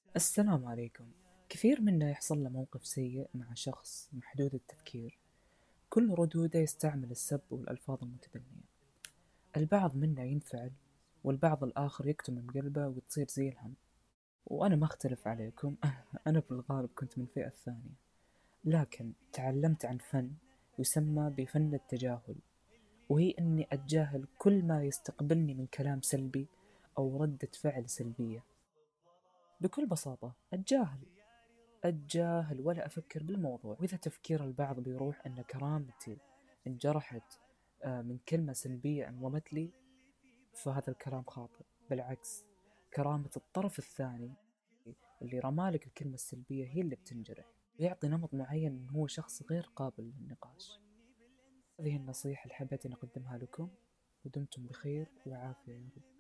السلام عليكم. كثير منا يحصل له موقف سيء مع شخص محدود التفكير، كل ردوده يستعمل السب والألفاظ المتدنية. البعض منا ينفعل، والبعض الآخر يكتم بقلبه وتصير زي الهم. وأنا ما أختلف عليكم. أنا في الغالب كنت من الفئة الثانية، لكن تعلمت عن فن يسمى بفن التجاهل، وهي أني أتجاهل كل ما يستقبلني من كلام سلبي أو ردة فعل سلبية. بكل بساطة أتجاهل ولا أفكر بالموضوع. وإذا تفكير البعض بيروح أن كرامتي انجرحت من كلمة سلبية انضمت لي، فهذا الكلام خاطئ. بالعكس، كرامة الطرف الثاني اللي رمالك الكلمة السلبية هي اللي بتنجرح، ويعطي نمط معين أنه هو شخص غير قابل للنقاش. هذه النصيحة اللي حبيت أن أقدمها لكم، ودمتم بخير وعافية يا رب.